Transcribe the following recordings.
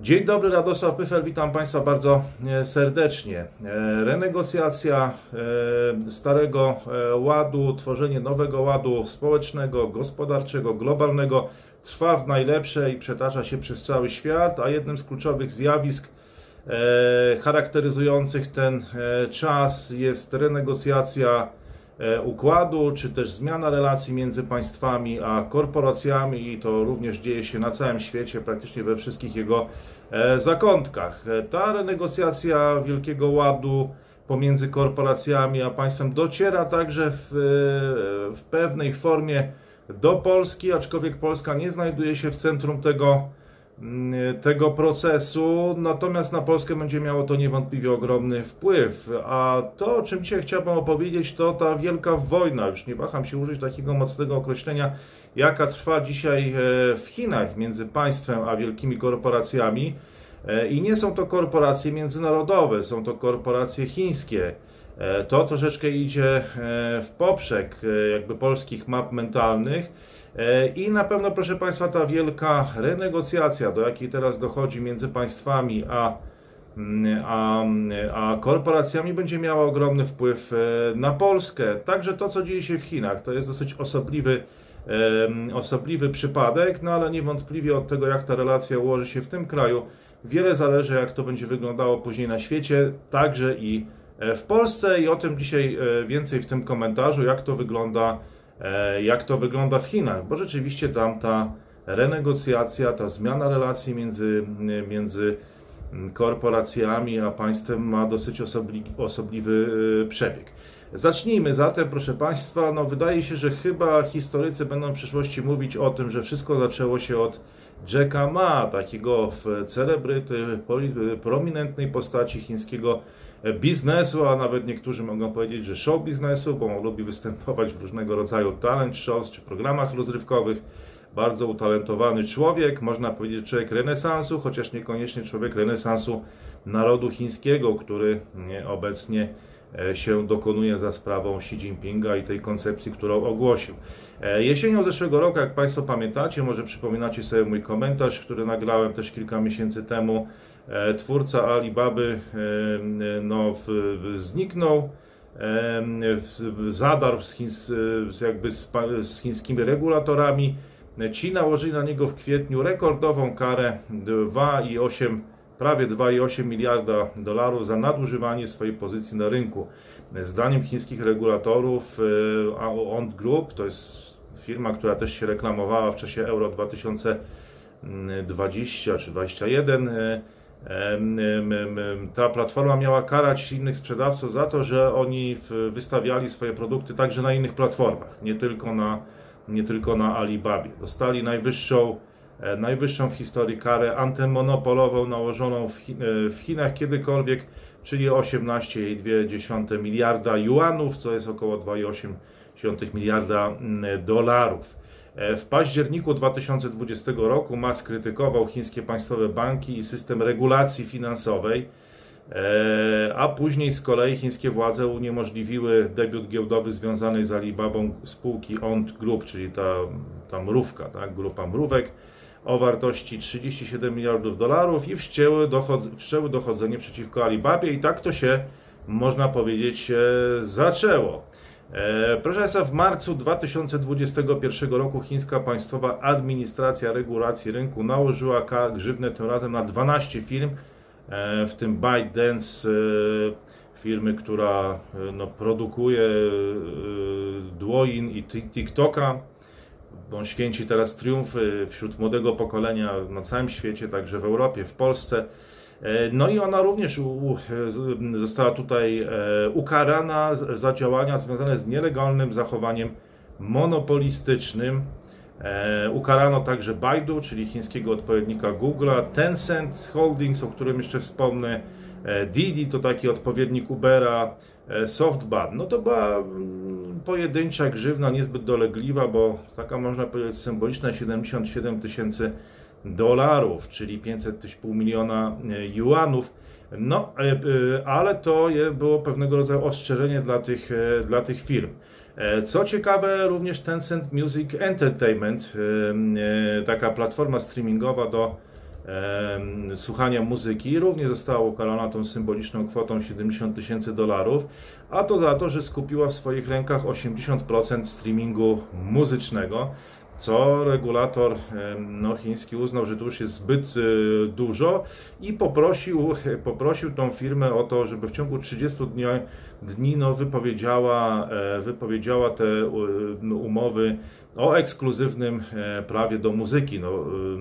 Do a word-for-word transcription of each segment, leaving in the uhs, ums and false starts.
Dzień dobry, Radosław Pyfel, witam Państwa bardzo serdecznie. Renegocjacja starego ładu, tworzenie nowego ładu społecznego, gospodarczego, globalnego trwa w najlepsze i przetacza się przez cały świat, a jednym z kluczowych zjawisk charakteryzujących ten czas jest renegocjacja układu, czy też zmiana relacji między państwami a korporacjami, i to również dzieje się na całym świecie, praktycznie we wszystkich jego zakątkach. Ta renegocjacja Wielkiego Ładu pomiędzy korporacjami a państwem dociera także w, w pewnej formie do Polski, aczkolwiek Polska nie znajduje się w centrum tego tego procesu, natomiast na Polskę będzie miało to niewątpliwie ogromny wpływ. A to, o czym dzisiaj chciałbym opowiedzieć, to ta wielka wojna, już nie waham się użyć takiego mocnego określenia, jaka trwa dzisiaj w Chinach między państwem a wielkimi korporacjami. I nie są to korporacje międzynarodowe, są to korporacje chińskie. To troszeczkę idzie w poprzek jakby polskich map mentalnych. I na pewno, proszę Państwa, ta wielka renegocjacja, do jakiej teraz dochodzi między państwami a, a, a korporacjami, będzie miała ogromny wpływ na Polskę. Także to, co dzieje się w Chinach, to jest dosyć osobliwy, osobliwy przypadek, no ale niewątpliwie od tego, jak ta relacja ułoży się w tym kraju, wiele zależy, jak to będzie wyglądało później na świecie, także i w Polsce. I o tym dzisiaj więcej w tym komentarzu, jak to wygląda jak to wygląda w Chinach, bo rzeczywiście tam ta renegocjacja, ta zmiana relacji między, między korporacjami a państwem ma dosyć osobli, osobliwy przebieg. Zacznijmy zatem, proszę Państwa. No, wydaje się, że chyba historycy będą w przyszłości mówić o tym, że wszystko zaczęło się od Jacka Ma, takiego celebryty, prominentnej postaci chińskiego biznesu, a nawet niektórzy mogą powiedzieć, że show biznesu, bo on lubi występować w różnego rodzaju talent shows czy programach rozrywkowych. Bardzo utalentowany człowiek, można powiedzieć człowiek renesansu, chociaż niekoniecznie człowiek renesansu narodu chińskiego, który obecnie się dokonuje za sprawą Xi Jinpinga i tej koncepcji, którą ogłosił. Jesienią zeszłego roku, jak Państwo pamiętacie, może przypominacie sobie mój komentarz, który nagrałem też kilka miesięcy temu, twórca Alibaby no, zniknął, zadarł z, chińs, jakby z, z chińskimi regulatorami. Ci nałożyli na niego w kwietniu rekordową karę dwa i osiem, prawie dwa i osiem miliarda dolarów za nadużywanie swojej pozycji na rynku. Zdaniem chińskich regulatorów Ant Group, to jest firma, która też się reklamowała w czasie Euro dwa tysiące dwadzieścia czy dwadzieścia jeden, ta platforma miała karać innych sprzedawców za to, że oni wystawiali swoje produkty także na innych platformach, nie tylko na, nie tylko na Alibabie. Dostali najwyższą, najwyższą w historii karę antymonopolową nałożoną w, Chin w Chinach kiedykolwiek, czyli osiemnaście przecinek dwa miliarda juanów, co jest około dwa i osiem miliarda dolarów. W październiku dwa tysiące dwudziestego roku Ma skrytykował chińskie państwowe banki i system regulacji finansowej, a później z kolei chińskie władze uniemożliwiły debiut giełdowy związany z Alibabą spółki Ant Group, czyli ta, ta mrówka, tak, grupa mrówek, o wartości trzydzieści siedem miliardów dolarów, i wszczęły, dochod wszczęły dochodzenie przeciwko Alibabie, i tak to się, można powiedzieć, zaczęło. Proszę Państwa, w marcu dwa tysiące dwudziestego pierwszego roku chińska Państwowa Administracja Regulacji Rynku nałożyła grzywnę tym razem na dwanaście firm, w tym ByteDance, firmy, która no, produkuje Douyin i TikToka. On święci teraz triumfy wśród młodego pokolenia na całym świecie, także w Europie, w Polsce. No i ona również została tutaj ukarana za działania związane z nielegalnym zachowaniem monopolistycznym. Ukarano także Baidu, czyli chińskiego odpowiednika Google'a, Tencent Holdings, o którym jeszcze wspomnę, Didi to taki odpowiednik Ubera, SoftBank. No to była pojedyncza grzywna, niezbyt dolegliwa, bo taka, można powiedzieć, symboliczna, siedemdziesiąt siedem tysięcy dolarów, czyli pięćset tysięcy, pół miliona juanów. No, ale to było pewnego rodzaju ostrzeżenie dla tych, dla tych firm. Co ciekawe, również Tencent Music Entertainment, taka platforma streamingowa do słuchania muzyki. Również została ukarana tą symboliczną kwotą siedemdziesiąt tysięcy dolarów, a to za to, że skupiła w swoich rękach osiemdziesiąt procent streamingu muzycznego, co regulator no, chiński uznał, że to już jest zbyt dużo i poprosił, poprosił tą firmę o to, żeby w ciągu trzydziestu dni, dni no, wypowiedziała, wypowiedziała te umowy o ekskluzywnym prawie do muzyki, no,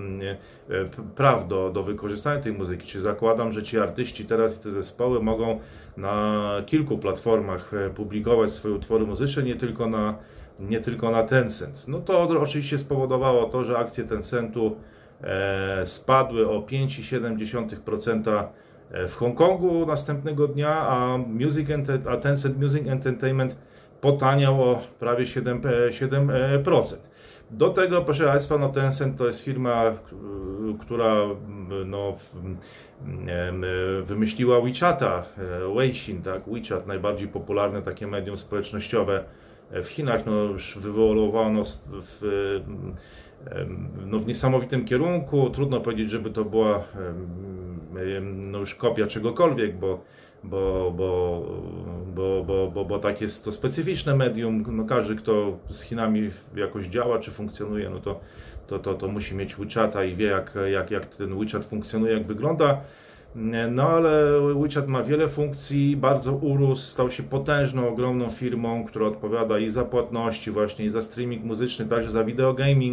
praw do, do wykorzystania tej muzyki. Czyli zakładam, że ci artyści teraz i te zespoły mogą na kilku platformach publikować swoje utwory muzyczne, nie tylko na nie tylko na Tencent. No to oczywiście spowodowało to, że akcje Tencentu e, spadły o pięć przecinek siedem procent w Hongkongu następnego dnia, a, Music a Tencent Music Entertainment potaniał o prawie siedem procent. Do tego, proszę Państwa, no Tencent to jest firma, która no, wymyśliła WeChata, Weixin, tak? WeChat, najbardziej popularne takie medium społecznościowe w Chinach, no już wyewoluowano w, w, no w niesamowitym kierunku. Trudno powiedzieć, żeby to była no już kopia czegokolwiek, bo, bo, bo, bo, bo, bo, bo tak jest to specyficzne medium. No każdy, kto z Chinami jakoś działa czy funkcjonuje, no to, to, to, to musi mieć WeChata i wie, jak, jak, jak ten WeChat funkcjonuje, jak wygląda. No ale WeChat ma wiele funkcji, bardzo urósł, stał się potężną, ogromną firmą, która odpowiada i za płatności właśnie, i za streaming muzyczny, także za videogaming.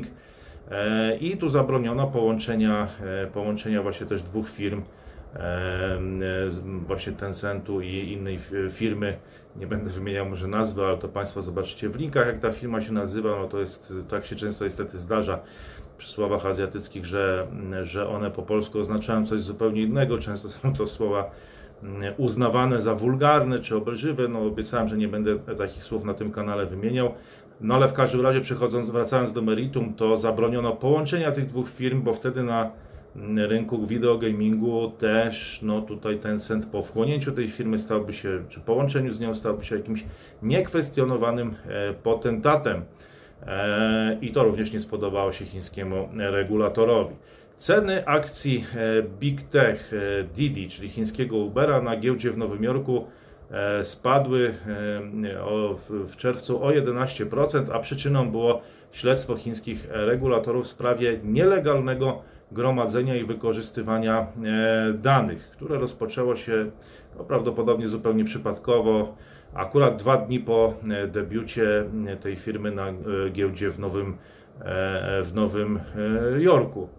I tu zabroniono połączenia, połączenia właśnie też dwóch firm, właśnie Tencentu i innej firmy. Nie będę wymieniał może nazwy, ale to Państwo zobaczycie w linkach, jak ta firma się nazywa. No to jest, tak się często niestety zdarza przy słowach azjatyckich, że, że one po polsku oznaczają coś zupełnie innego. Często są to słowa uznawane za wulgarne czy obelżywe. No obiecałem, że nie będę takich słów na tym kanale wymieniał. No ale w każdym razie, przechodząc, wracając do meritum, to zabroniono połączenia tych dwóch firm, bo wtedy na rynku videogamingu też, no tutaj Tencent po wchłonięciu tej firmy stałby się, czy połączeniu z nią stałby się jakimś niekwestionowanym potentatem. I to również nie spodobało się chińskiemu regulatorowi. Ceny akcji Big Tech Didi, czyli chińskiego Ubera, na giełdzie w Nowym Jorku spadły w czerwcu o jedenaście procent, a przyczyną było śledztwo chińskich regulatorów w sprawie nielegalnego gromadzenia i wykorzystywania danych, które rozpoczęło się no, prawdopodobnie zupełnie przypadkowo, akurat dwa dni po debiucie tej firmy na giełdzie w Nowym, w Nowym Jorku.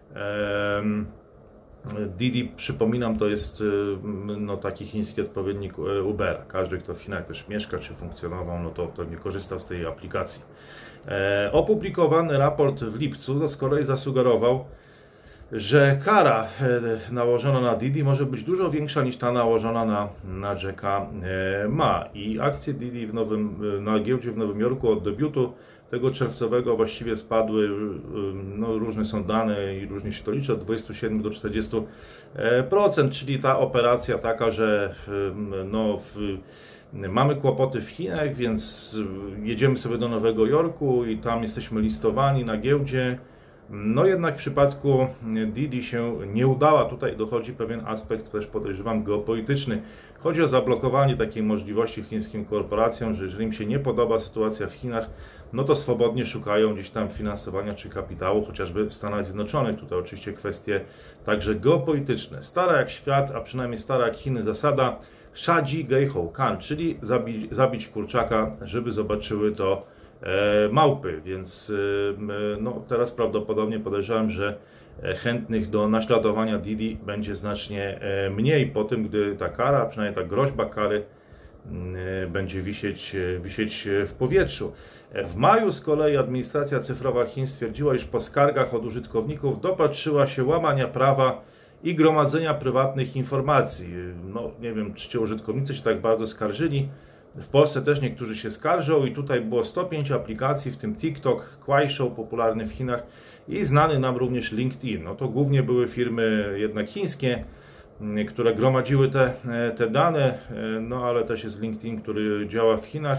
Didi, przypominam, to jest no, taki chiński odpowiednik Ubera. Każdy, kto w Chinach też mieszka czy funkcjonował, no to pewnie korzystał z tej aplikacji. Opublikowany raport w lipcu z kolei zasugerował, że kara nałożona na Didi może być dużo większa niż ta nałożona na, na Jacka Ma. I akcje Didi w nowym, na giełdzie w Nowym Jorku od debiutu tego czerwcowego właściwie spadły, no różne są dane i różnie się to liczy, od dwudziestu siedmiu do czterdziestu procent, czyli ta operacja taka, że no, w, mamy kłopoty w Chinach, więc jedziemy sobie do Nowego Jorku i tam jesteśmy listowani na giełdzie. No jednak w przypadku Didi się nie udała. Tutaj dochodzi pewien aspekt, też podejrzewam, geopolityczny. Chodzi o zablokowanie takiej możliwości chińskim korporacjom, że jeżeli im się nie podoba sytuacja w Chinach, no to swobodnie szukają gdzieś tam finansowania czy kapitału, chociażby w Stanach Zjednoczonych. Tutaj oczywiście kwestie także geopolityczne. Stara jak świat, a przynajmniej stara jak Chiny zasada Shadzi Geihou Kan, czyli zabić, zabić kurczaka, żeby zobaczyły to małpy, więc no, teraz prawdopodobnie podejrzewam, że chętnych do naśladowania Didi będzie znacznie mniej po tym, gdy ta kara, przynajmniej ta groźba kary będzie wisieć, wisieć w powietrzu. W maju z kolei administracja cyfrowa Chin stwierdziła, iż po skargach od użytkowników dopatrzyła się łamania prawa i gromadzenia prywatnych informacji. No, nie wiem, czy ci użytkownicy się tak bardzo skarżyli. W Polsce też niektórzy się skarżą i tutaj było sto pięć aplikacji, w tym TikTok, Kuaishou, popularny w Chinach i znany nam również LinkedIn. No to głównie były firmy jednak chińskie, które gromadziły te, te dane, no ale też jest LinkedIn, który działa w Chinach.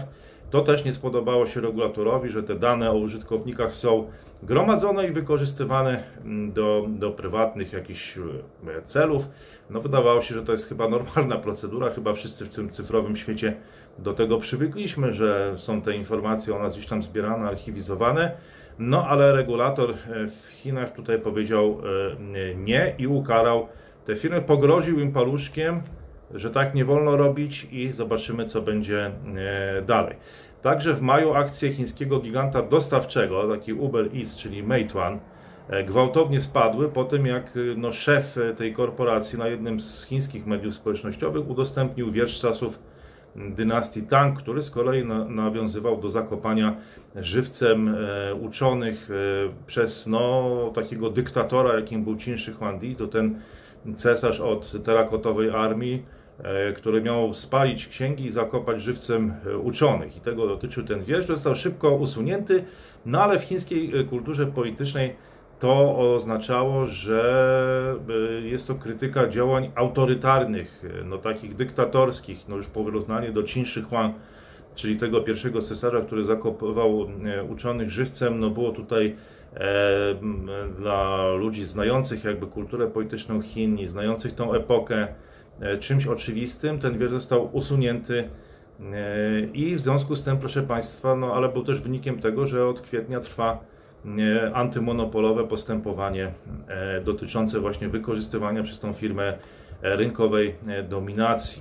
To też nie spodobało się regulatorowi, że te dane o użytkownikach są gromadzone i wykorzystywane do, do prywatnych jakichś celów. No wydawało się, że to jest chyba normalna procedura, chyba wszyscy w tym cyfrowym świecie do tego przywykliśmy, że są te informacje o nas gdzieś tam zbierane, archiwizowane. No ale regulator w Chinach tutaj powiedział nie i ukarał te firmy, pogroził im paluszkiem, że tak nie wolno robić i zobaczymy, co będzie dalej. Także w maju akcje chińskiego giganta dostawczego, taki Uber Eats, czyli Meituan, gwałtownie spadły po tym, jak no, szef tej korporacji na jednym z chińskich mediów społecznościowych udostępnił wiersz czasów dynastii Tang, który z kolei na, nawiązywał do zakopania żywcem e, uczonych e, przez no, takiego dyktatora, jakim był Qin Shi Huangdi, to ten cesarz od terakotowej armii, e, który miał spalić księgi i zakopać żywcem uczonych. I tego dotyczył ten wiersz. Został szybko usunięty, no ale w chińskiej kulturze politycznej to oznaczało, że jest to krytyka działań autorytarnych, no takich dyktatorskich, no już porównanie do Qin Shi Huang, czyli tego pierwszego cesarza, który zakopywał uczonych żywcem, no było tutaj e, dla ludzi znających jakby kulturę polityczną Chin i znających tą epokę e, czymś oczywistym. Ten wiersz został usunięty e, i w związku z tym, proszę Państwa, no ale był też wynikiem tego, że od kwietnia trwa antymonopolowe postępowanie dotyczące właśnie wykorzystywania przez tą firmę rynkowej dominacji.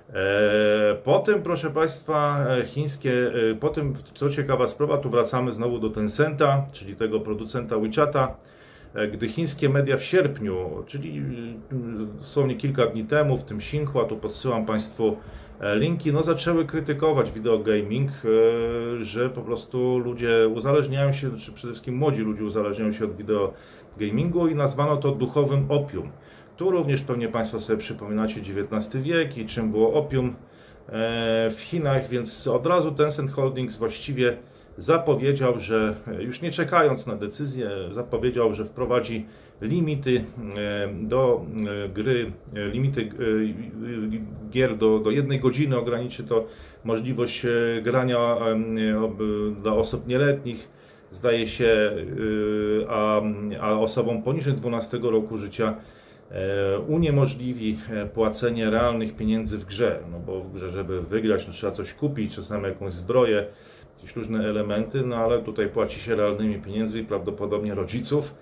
Potem, proszę Państwa, chińskie, potem, co ciekawa sprawa, tu wracamy znowu do Tencenta, czyli tego producenta WeChata, gdy chińskie media w sierpniu, czyli dosłownie kilka dni temu, w tym Xinhua, tu podsyłam Państwu linki, no zaczęły krytykować videogaming, że po prostu ludzie uzależniają się, czy przede wszystkim młodzi ludzie uzależniają się od videogamingu i nazwano to duchowym opium. Tu również pewnie Państwo sobie przypominacie dziewiętnasty wiek i czym było opium w Chinach, więc od razu Tencent Holdings właściwie zapowiedział, że już nie czekając na decyzję, zapowiedział, że wprowadzi limity do gry, limity gier do, do jednej godziny, ograniczy to możliwość grania dla osób nieletnich, zdaje się, a, a osobom poniżej dwunastego roku życia uniemożliwi płacenie realnych pieniędzy w grze, no bo w grze, żeby wygrać, no trzeba coś kupić, czasami jakąś zbroję, jakieś różne elementy, no ale tutaj płaci się realnymi pieniędzmi, prawdopodobnie rodziców.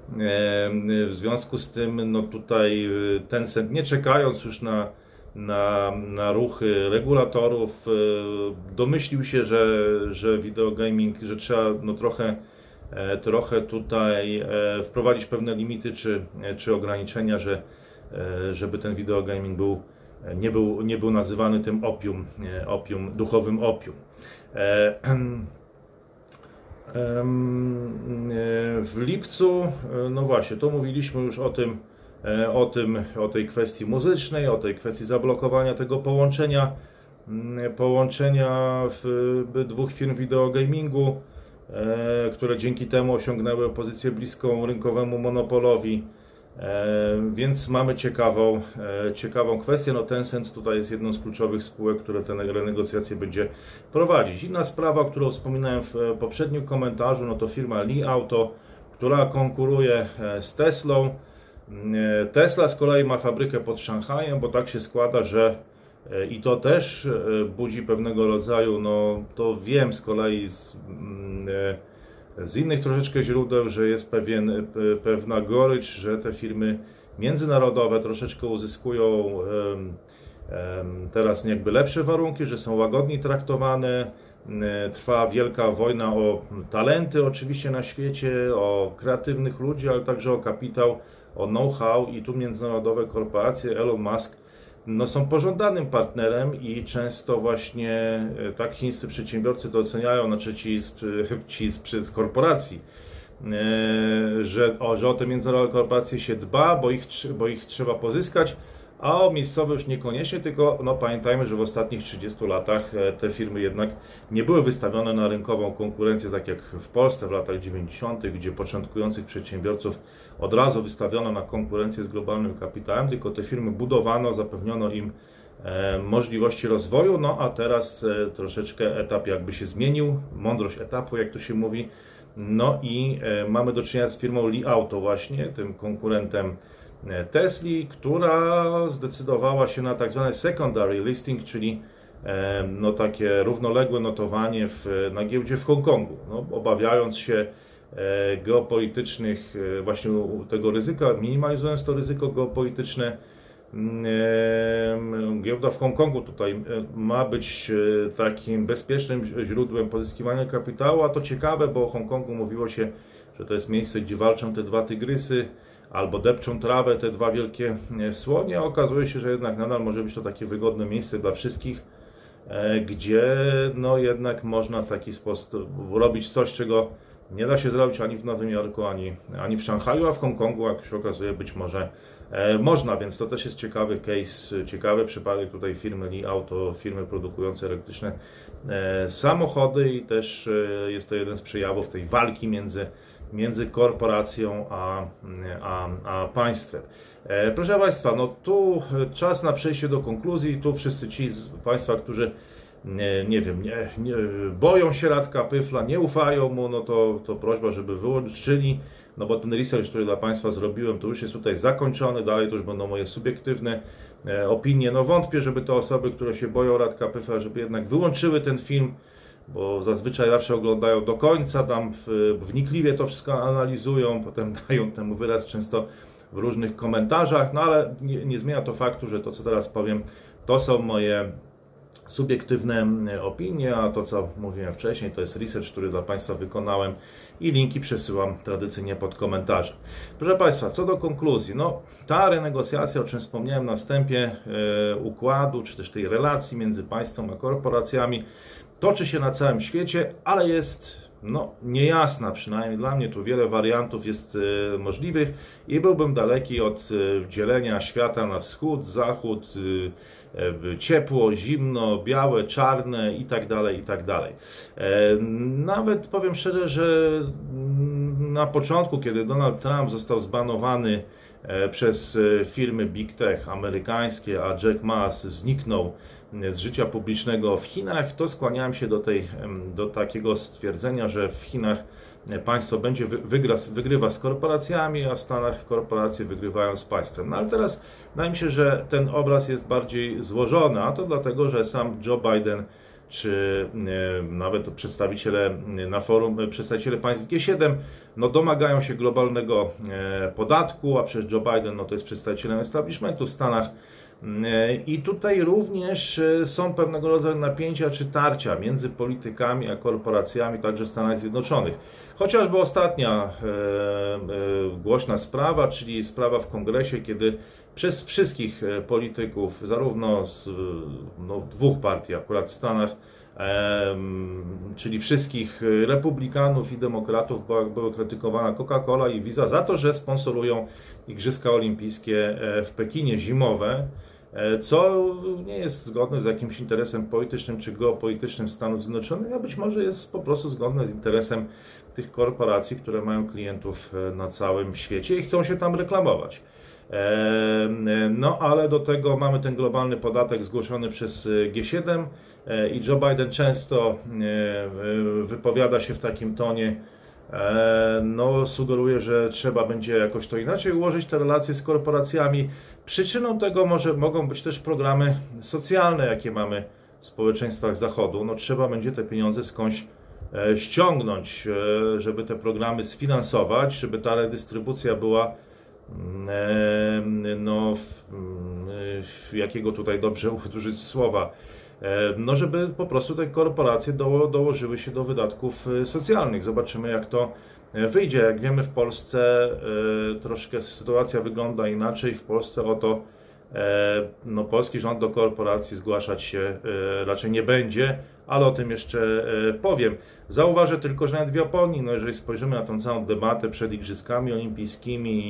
W związku z tym, no tutaj Tencent, nie czekając już na, na, na ruchy regulatorów, domyślił się, że, że videogaming, że trzeba no trochę, trochę tutaj wprowadzić pewne limity czy, czy ograniczenia, że, żeby ten videogaming był, nie, był, nie był nazywany tym opium, opium, duchowym opium. W lipcu, no właśnie, tu mówiliśmy już o tym, o tym, o tej kwestii muzycznej, o tej kwestii zablokowania tego połączenia, połączenia w dwóch firm videogamingu, które dzięki temu osiągnęły pozycję bliską rynkowemu monopolowi. Więc mamy ciekawą, ciekawą kwestię. No Tencent tutaj jest jedną z kluczowych spółek, które te renegocjacje będzie prowadzić. Inna sprawa, którą wspominałem w poprzednim komentarzu, no to firma Li Auto, która konkuruje z Teslą. Tesla z kolei ma fabrykę pod Szanghajem, bo tak się składa, że i to też budzi pewnego rodzaju, no to wiem z kolei z, z innych troszeczkę źródeł, że jest pewien, pewna gorycz, że te firmy międzynarodowe troszeczkę uzyskują teraz jakby lepsze warunki, że są łagodniej traktowane. Trwa wielka wojna o talenty oczywiście na świecie, o kreatywnych ludzi, ale także o kapitał, o know-how i tu międzynarodowe korporacje, Elon Musk, no są pożądanym partnerem i często właśnie tak chińscy przedsiębiorcy to oceniają, znaczy ci z, ci z, z korporacji, że o, że o te międzynarodowe korporacje się dba, bo ich, bo ich trzeba pozyskać, a o miejscowe już niekoniecznie, tylko no, pamiętajmy, że w ostatnich trzydziestu latach te firmy jednak nie były wystawione na rynkową konkurencję, tak jak w Polsce w latach dziewięćdziesiątych, gdzie początkujących przedsiębiorców od razu wystawiono na konkurencję z globalnym kapitałem, tylko te firmy budowano, zapewniono im możliwości rozwoju, no a teraz troszeczkę etap jakby się zmienił, mądrość etapu, jak to się mówi, no i mamy do czynienia z firmą Li Auto właśnie, tym konkurentem Tesli, która zdecydowała się na tak zwany secondary listing, czyli no takie równoległe notowanie w, na giełdzie w Hongkongu, no, obawiając się geopolitycznych, właśnie tego ryzyka, minimalizując to ryzyko geopolityczne. Giełda w Hongkongu tutaj ma być takim bezpiecznym źródłem pozyskiwania kapitału, a to ciekawe, bo o Hongkongu mówiło się, że to jest miejsce, gdzie walczą te dwa tygrysy, albo depczą trawę te dwa wielkie słonie, a okazuje się, że jednak nadal może być to takie wygodne miejsce dla wszystkich, gdzie no jednak można w taki sposób robić coś, czego nie da się zrobić ani w Nowym Jorku, ani, ani w Szanghaju, a w Hongkongu, jak się okazuje, być może e, można, więc to też jest ciekawy case, ciekawy przypadek tutaj firmy Li Auto, firmy produkujące elektryczne e, samochody i też e, jest to jeden z przejawów tej walki między, między korporacją a, a, a państwem. E, proszę Państwa, no tu czas na przejście do konkluzji, tu wszyscy ci z Państwa, którzy Nie, nie wiem, nie, nie, boją się Radka Pyfla, nie ufają mu, no to, to prośba, żeby wyłączyli, no bo ten research, który dla Państwa zrobiłem, to już jest tutaj zakończony, dalej to już będą moje subiektywne e, opinie. No wątpię, żeby te osoby, które się boją Radka Pyfla, żeby jednak wyłączyły ten film, bo zazwyczaj zawsze oglądają do końca, tam w, wnikliwie to wszystko analizują, potem dają temu wyraz często w różnych komentarzach, no ale nie, nie zmienia to faktu, że to, co teraz powiem, to są moje subiektywne opinie, a to, co mówiłem wcześniej, to jest research, który dla Państwa wykonałem i linki przesyłam tradycyjnie pod komentarzem. Proszę Państwa, co do konkluzji, no ta renegocjacja, o czym wspomniałem na wstępie, e, układu, czy też tej relacji między państwem a korporacjami, toczy się na całym świecie, ale jest no, niejasna, przynajmniej dla mnie tu wiele wariantów jest e, możliwych i byłbym daleki od e, dzielenia świata na wschód, zachód, e, ciepło, zimno, białe, czarne i tak dalej, i tak dalej. E, nawet powiem szczerze, że na początku, kiedy Donald Trump został zbanowany e, przez firmy Big Tech amerykańskie, a Jack Ma zniknął z życia publicznego w Chinach, to skłaniałem się do, tej, do takiego stwierdzenia, że w Chinach państwo będzie wygra, wygrywa z korporacjami, a w Stanach korporacje wygrywają z państwem. No ale teraz wydaje mi się, że ten obraz jest bardziej złożony, a to dlatego, że sam Joe Biden czy nawet przedstawiciele na forum, przedstawiciele państw G siedem, no domagają się globalnego podatku, a przecież Joe Biden no to jest przedstawicielem establishmentu w Stanach. I tutaj również są pewnego rodzaju napięcia czy tarcia między politykami a korporacjami, także w Stanach Zjednoczonych. Chociażby ostatnia e, e, głośna sprawa, czyli sprawa w Kongresie, kiedy przez wszystkich polityków, zarówno z no, dwóch partii akurat w Stanach, e, czyli wszystkich republikanów i demokratów, była, była krytykowana Coca-Cola i Visa za to, że sponsorują Igrzyska Olimpijskie w Pekinie zimowe, co nie jest zgodne z jakimś interesem politycznym czy geopolitycznym Stanów Zjednoczonych, a być może jest po prostu zgodne z interesem tych korporacji, które mają klientów na całym świecie i chcą się tam reklamować. No ale do tego mamy ten globalny podatek zgłoszony przez G siedem i Joe Biden często wypowiada się w takim tonie, no sugeruje, że trzeba będzie jakoś to inaczej ułożyć te relacje z korporacjami. Przyczyną tego może mogą być też programy socjalne, jakie mamy w społeczeństwach Zachodu. No trzeba będzie te pieniądze skądś ściągnąć, żeby te programy sfinansować, żeby ta redystrybucja była no jakiego tutaj dobrze użyć słowa, no żeby po prostu te korporacje doło, dołożyły się do wydatków socjalnych. Zobaczymy, jak to wyjdzie. Jak wiemy, w Polsce troszkę sytuacja wygląda inaczej. W Polsce oto no, polski rząd do korporacji zgłaszać się raczej nie będzie, ale o tym jeszcze powiem. Zauważę tylko, że nawet w Japonii, no jeżeli spojrzymy na tą całą debatę przed Igrzyskami Olimpijskimi i,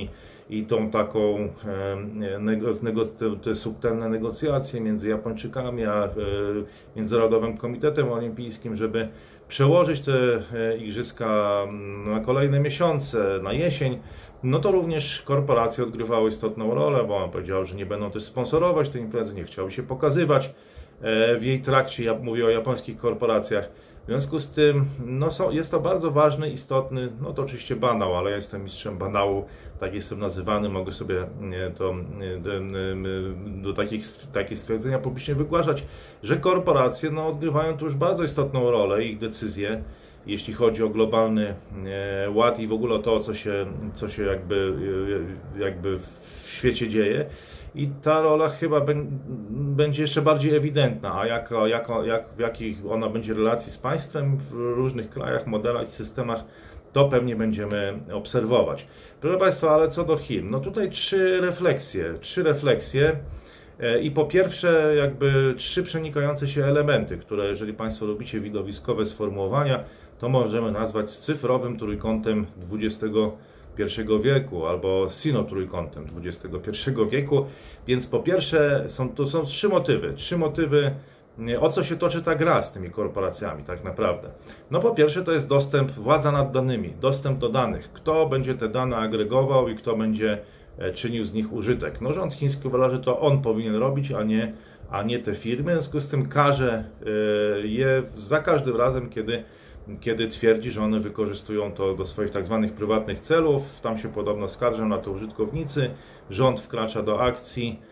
i tą taką nego, nego, te subtelne negocjacje między Japończykami a Międzynarodowym Komitetem Olimpijskim, żeby przełożyć te igrzyska na kolejne miesiące, na jesień, no to również korporacje odgrywały istotną rolę, bo on powiedział, że nie będą też sponsorować tej imprezy, nie chciały się pokazywać w jej trakcie, ja mówię o japońskich korporacjach. W związku z tym no są, jest to bardzo ważny, istotny, no to oczywiście banał, ale ja jestem mistrzem banału, tak jestem nazywany, mogę sobie to do, do takich, takich stwierdzenia publicznie wygłaszać, że korporacje no, odgrywają tu już bardzo istotną rolę, ich decyzje, jeśli chodzi o globalny ład i w ogóle o to, co się, co się jakby, jakby w świecie dzieje. I ta rola chyba będzie jeszcze bardziej ewidentna, a jak, jak, jak, w jakiej ona będzie relacji z państwem w różnych krajach, modelach i systemach, to pewnie będziemy obserwować. Proszę Państwa, ale co do Chin, no tutaj trzy refleksje, trzy refleksje i po pierwsze jakby trzy przenikające się elementy, które jeżeli Państwo lubicie widowiskowe sformułowania, to możemy nazwać cyfrowym trójkątem dwudziestego pierwszego wieku albo sinotrójkątem dwudziestego pierwszego wieku. Więc po pierwsze są, to są trzy motywy, trzy motywy, o co się toczy ta gra z tymi korporacjami tak naprawdę. No po pierwsze to jest dostęp, władza nad danymi, dostęp do danych, kto będzie te dane agregował i kto będzie czynił z nich użytek. No rząd chiński uważa, że to on powinien robić, a nie, a nie te firmy, w związku z tym karze je za każdym razem, kiedy kiedy twierdzi, że one wykorzystują to do swoich tak zwanych prywatnych celów. Tam się podobno skarżą na to użytkownicy. Rząd wkracza do akcji,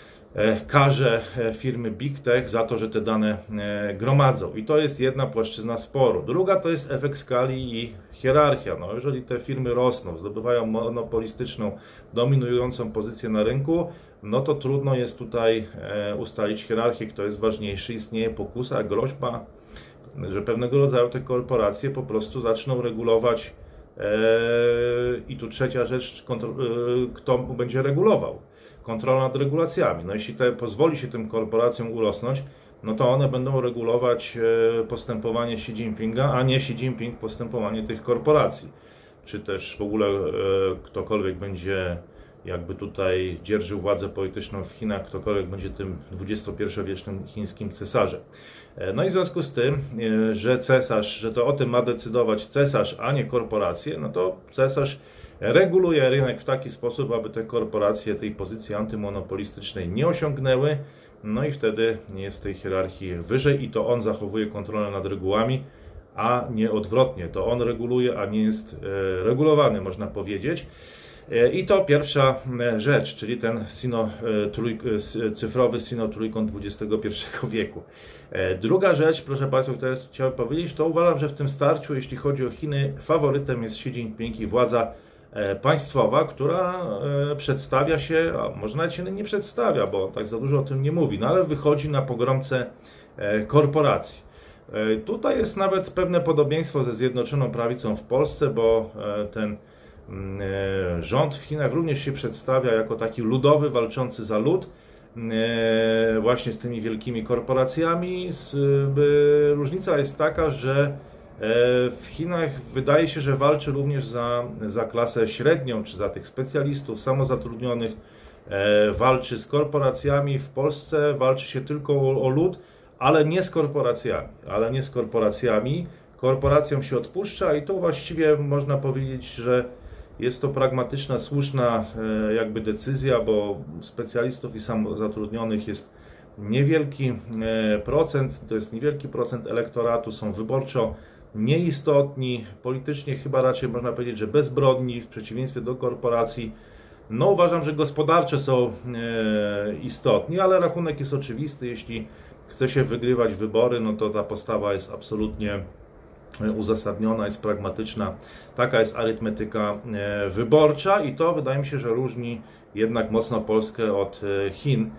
karze firmy Big Tech za to, że te dane gromadzą. I to jest jedna płaszczyzna sporu. Druga to jest efekt skali i hierarchia. No, jeżeli te firmy rosną, zdobywają monopolistyczną, dominującą pozycję na rynku, no to trudno jest tutaj ustalić hierarchię, kto jest ważniejszy. Istnieje pokusa, groźba, że pewnego rodzaju te korporacje po prostu zaczną regulować e, i tu trzecia rzecz, kontro, e, kto będzie regulował, kontrola nad regulacjami. No jeśli te, pozwoli się tym korporacjom urosnąć, no to one będą regulować e, postępowanie Xi Jinpinga, a nie Xi Jinping postępowanie tych korporacji. Czy też w ogóle e, ktokolwiek będzie jakby tutaj dzierżył władzę polityczną w Chinach, ktokolwiek będzie tym dwudziestopierwowiecznym chińskim cesarzem. No i w związku z tym, że cesarz, że to o tym ma decydować cesarz, a nie korporacje, no to cesarz reguluje rynek w taki sposób, aby te korporacje tej pozycji antymonopolistycznej nie osiągnęły, no i wtedy jest tej hierarchii wyżej i to on zachowuje kontrolę nad regułami, a nie odwrotnie. To on reguluje, a nie jest regulowany, można powiedzieć. I to pierwsza rzecz, czyli ten sino, trój, cyfrowy sinotrójkąt dwudziestego pierwszego wieku. Druga rzecz, proszę Państwa, którą chciałem powiedzieć, to uważam, że w tym starciu, jeśli chodzi o Chiny, faworytem jest Xi Jinping i władza państwowa, która przedstawia się, a może nawet się nie przedstawia, bo tak za dużo o tym nie mówi, no ale wychodzi na pogromcę korporacji. Tutaj jest nawet pewne podobieństwo ze Zjednoczoną Prawicą w Polsce, bo ten rząd w Chinach również się przedstawia jako taki ludowy, walczący za lud, właśnie z tymi wielkimi korporacjami. Różnica jest taka, że w Chinach wydaje się, że walczy również za, za klasę średnią, czy za tych specjalistów, samozatrudnionych, walczy z korporacjami. W Polsce walczy się tylko o, o lud, ale nie z korporacjami, ale nie z korporacjami. Korporacjom się odpuszcza i to właściwie można powiedzieć, że jest to pragmatyczna, słuszna jakby decyzja, bo specjalistów i samozatrudnionych jest niewielki procent, to jest niewielki procent elektoratu, są wyborczo nieistotni, politycznie chyba raczej można powiedzieć, że bezbronni w przeciwieństwie do korporacji. No uważam, że gospodarcze są istotni, ale rachunek jest oczywisty, jeśli chce się wygrywać wybory, no to ta postawa jest absolutnie uzasadniona, jest pragmatyczna. Taka jest arytmetyka wyborcza i to wydaje mi się, że różni jednak mocno Polskę od Chin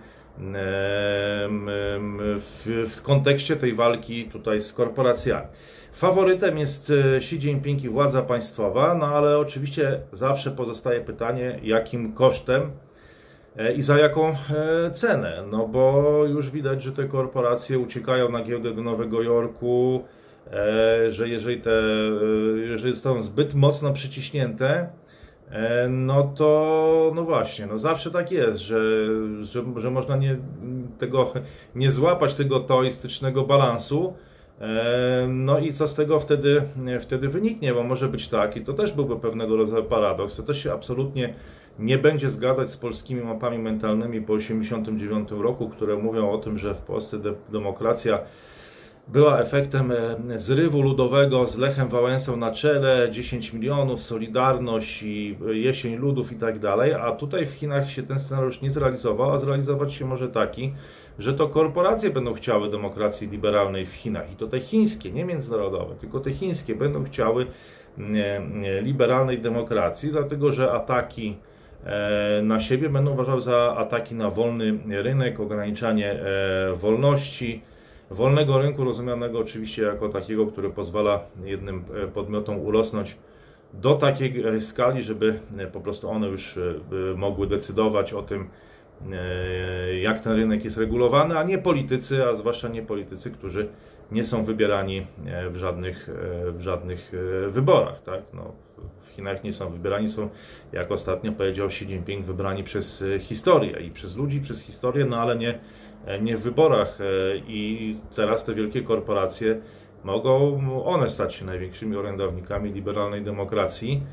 w, w kontekście tej walki tutaj z korporacjami. Faworytem jest Xi Jinping i władza państwowa, no ale oczywiście zawsze pozostaje pytanie, jakim kosztem i za jaką cenę, no bo już widać, że te korporacje uciekają na giełdę do Nowego Jorku, że jeżeli, te, jeżeli zostaną zbyt mocno przyciśnięte, no to no właśnie, no zawsze tak jest, że, że, że można nie, tego, nie złapać tego teoistycznego balansu. No i co z tego wtedy, wtedy wyniknie, bo może być tak, i to też byłby pewnego rodzaju paradoks, to też się absolutnie nie będzie zgadzać z polskimi mapami mentalnymi po tysiąc dziewięćset osiemdziesiątym dziewiątym roku, które mówią o tym, że w Polsce de demokracja była efektem zrywu ludowego z Lechem Wałęsą na czele, dziesięć milionów, Solidarność i jesień ludów i tak dalej, a tutaj w Chinach się ten scenariusz nie zrealizował, a zrealizować się może taki, że to korporacje będą chciały demokracji liberalnej w Chinach i to te chińskie, nie międzynarodowe, tylko te chińskie będą chciały liberalnej demokracji, dlatego że ataki na siebie będą uważały za ataki na wolny rynek, ograniczanie wolności, wolnego rynku rozumianego oczywiście jako takiego, który pozwala jednym podmiotom urosnąć do takiej skali, żeby po prostu one już mogły decydować o tym, jak ten rynek jest regulowany, a nie politycy, a zwłaszcza nie politycy, którzy nie są wybierani w żadnych, w żadnych wyborach. Tak? No, w Chinach nie są wybierani, są, jak ostatnio powiedział Xi Jinping, wybrani przez historię i przez ludzi, przez historię, no ale nie, nie w wyborach. I teraz te wielkie korporacje mogą one stać się największymi orędownikami liberalnej demokracji,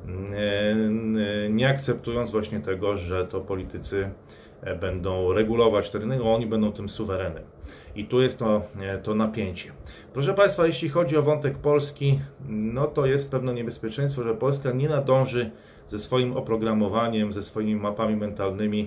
nie akceptując właśnie tego, że to politycy będą regulować ten rynek, oni będą tym suwerenem. I tu jest to, to napięcie. Proszę Państwa, jeśli chodzi o wątek Polski, no to jest pewne niebezpieczeństwo, że Polska nie nadąży ze swoim oprogramowaniem, ze swoimi mapami mentalnymi,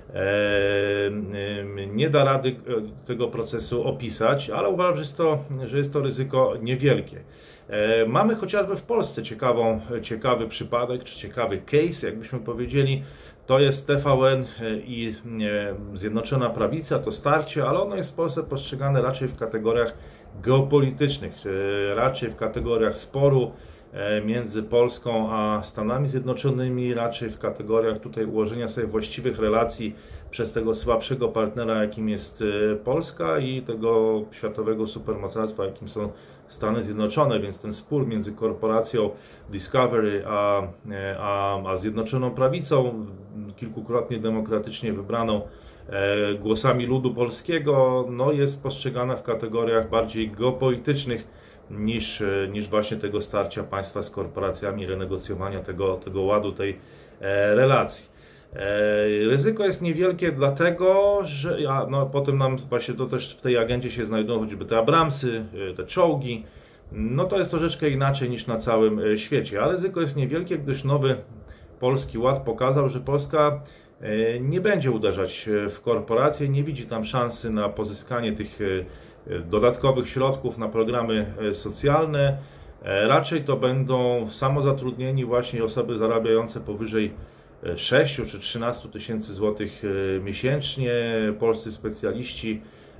nie da rady tego procesu opisać, ale uważam, że jest to, że jest to ryzyko niewielkie. Mamy chociażby w Polsce ciekawą, ciekawy przypadek, czy ciekawy case, jakbyśmy powiedzieli. To jest T V N i Zjednoczona Prawica, to starcie, ale ono jest w Polsce postrzegane raczej w kategoriach geopolitycznych, raczej w kategoriach sporu między Polską a Stanami Zjednoczonymi, raczej w kategoriach tutaj ułożenia sobie właściwych relacji przez tego słabszego partnera, jakim jest Polska, i tego światowego supermocarstwa, jakim są Stany Zjednoczone, więc ten spór między korporacją Discovery a, a, a Zjednoczoną Prawicą, kilkukrotnie demokratycznie wybraną głosami ludu polskiego, no jest postrzegana w kategoriach bardziej geopolitycznych niż, niż właśnie tego starcia państwa z korporacjami, renegocjowania tego, tego ładu, tej relacji. Ryzyko jest niewielkie dlatego, że a, no, potem nam właśnie to też w tej agendzie się znajdują choćby te Abramsy, te czołgi. No to jest troszeczkę inaczej niż na całym świecie, a ryzyko jest niewielkie, gdyż nowy Polski Ład pokazał, że Polska nie będzie uderzać w korporacje, nie widzi tam szansy na pozyskanie tych dodatkowych środków na programy socjalne. Raczej to będą samozatrudnieni właśnie osoby zarabiające powyżej sześć czy trzynaście tysięcy złotych miesięcznie, polscy specjaliści,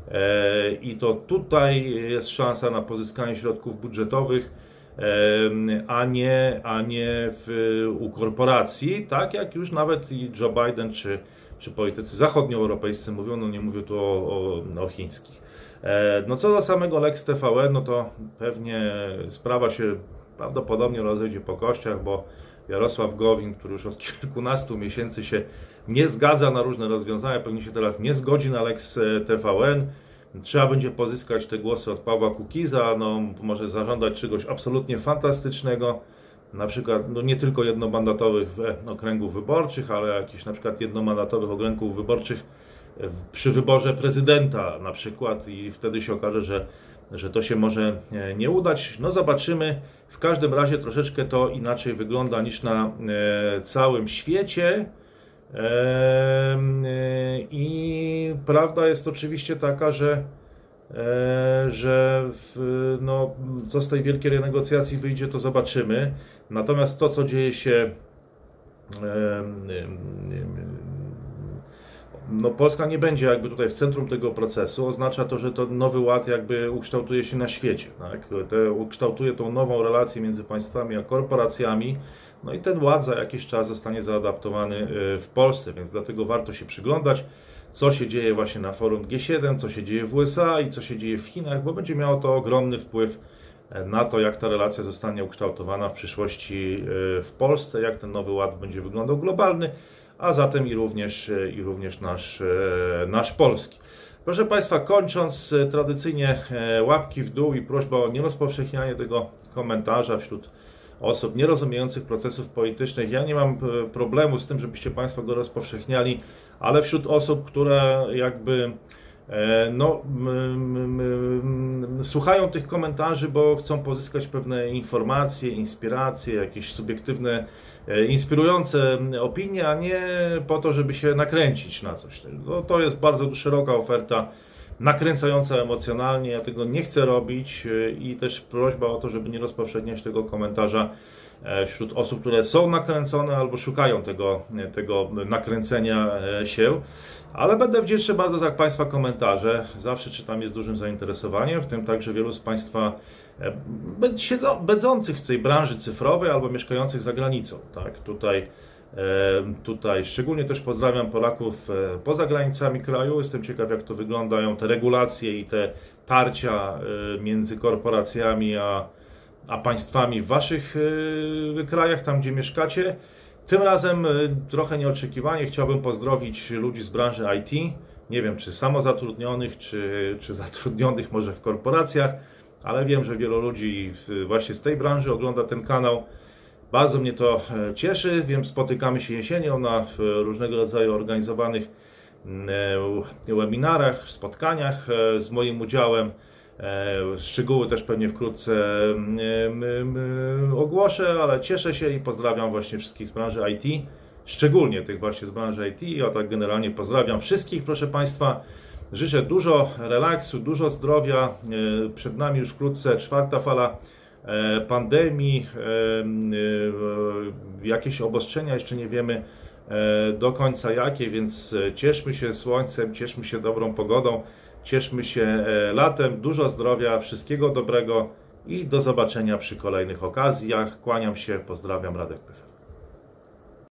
i to tutaj jest szansa na pozyskanie środków budżetowych, a nie, a nie w, u korporacji, tak jak już nawet i Joe Biden czy, czy politycy zachodnioeuropejscy mówią, no nie mówię tu o, o, o chińskich. No co do samego Lex T V N, no to pewnie sprawa się prawdopodobnie rozejdzie po kościach, bo Jarosław Gowin, który już od kilkunastu miesięcy się nie zgadza na różne rozwiązania, pewnie się teraz nie zgodzi na Lex T V N. Trzeba będzie pozyskać te głosy od Pawła Kukiza, no może zażądać czegoś absolutnie fantastycznego, na przykład no nie tylko jednomandatowych okręgów wyborczych, ale jakichś na przykład jednomandatowych okręgów wyborczych przy wyborze prezydenta na przykład, i wtedy się okaże, że, że to się może nie udać. No zobaczymy. W każdym razie troszeczkę to inaczej wygląda niż na całym świecie. I prawda jest oczywiście taka, że, że w, no, co z tej wielkiej renegocjacji wyjdzie, to zobaczymy. Natomiast to, co dzieje się, no Polska nie będzie jakby tutaj w centrum tego procesu, oznacza to, że to nowy ład jakby ukształtuje się na świecie, tak? Te, ukształtuje tą nową relację między państwami a korporacjami, no i ten ład za jakiś czas zostanie zaadaptowany w Polsce, więc dlatego warto się przyglądać, co się dzieje właśnie na forum G siedem, co się dzieje w U S A i co się dzieje w Chinach, bo będzie miało to ogromny wpływ na to, jak ta relacja zostanie ukształtowana w przyszłości w Polsce, jak ten nowy ład będzie wyglądał globalny, a zatem i również, i również nasz, nasz polski. Proszę Państwa, kończąc, tradycyjnie łapki w dół i prośba o nierozpowszechnianie tego komentarza wśród osób nierozumiejących procesów politycznych. Ja nie mam problemu z tym, żebyście Państwo go rozpowszechniali, ale wśród osób, które jakby no, m, m, słuchają tych komentarzy, bo chcą pozyskać pewne informacje, inspiracje, jakieś subiektywne, inspirujące opinie, a nie po to, żeby się nakręcić na coś. No, to jest bardzo szeroka oferta, nakręcająca emocjonalnie, ja tego nie chcę robić i też prośba o to, żeby nie rozpowszechniać tego komentarza wśród osób, które są nakręcone albo szukają tego, tego nakręcenia się. Ale będę wdzięczny bardzo za Państwa komentarze. Zawsze czytam je z dużym zainteresowaniem, w tym także wielu z Państwa będących w tej branży cyfrowej albo mieszkających za granicą. Tak? Tutaj, tutaj szczególnie też pozdrawiam Polaków poza granicami kraju. Jestem ciekaw, jak to wyglądają te regulacje i te tarcia między korporacjami a, a państwami w Waszych krajach, tam gdzie mieszkacie. Tym razem trochę nieoczekiwanie chciałbym pozdrowić ludzi z branży I T. Nie wiem, czy samozatrudnionych, czy, czy zatrudnionych może w korporacjach, ale wiem, że wielu ludzi właśnie z tej branży ogląda ten kanał. Bardzo mnie to cieszy. Wiem, spotykamy się jesienią na różnego rodzaju organizowanych webinarach, spotkaniach z moim udziałem. Szczegóły też pewnie wkrótce ogłoszę, ale cieszę się i pozdrawiam właśnie wszystkich z branży I T, szczególnie tych właśnie z branży I T. Ja tak generalnie pozdrawiam wszystkich, proszę Państwa. Życzę dużo relaksu, dużo zdrowia. Przed nami już wkrótce czwarta fala pandemii, jakieś obostrzenia, jeszcze nie wiemy do końca jakie, więc cieszmy się słońcem, cieszmy się dobrą pogodą. Cieszmy się latem, dużo zdrowia, wszystkiego dobrego i do zobaczenia przy kolejnych okazjach. Kłaniam się, pozdrawiam, Radek Pyfel.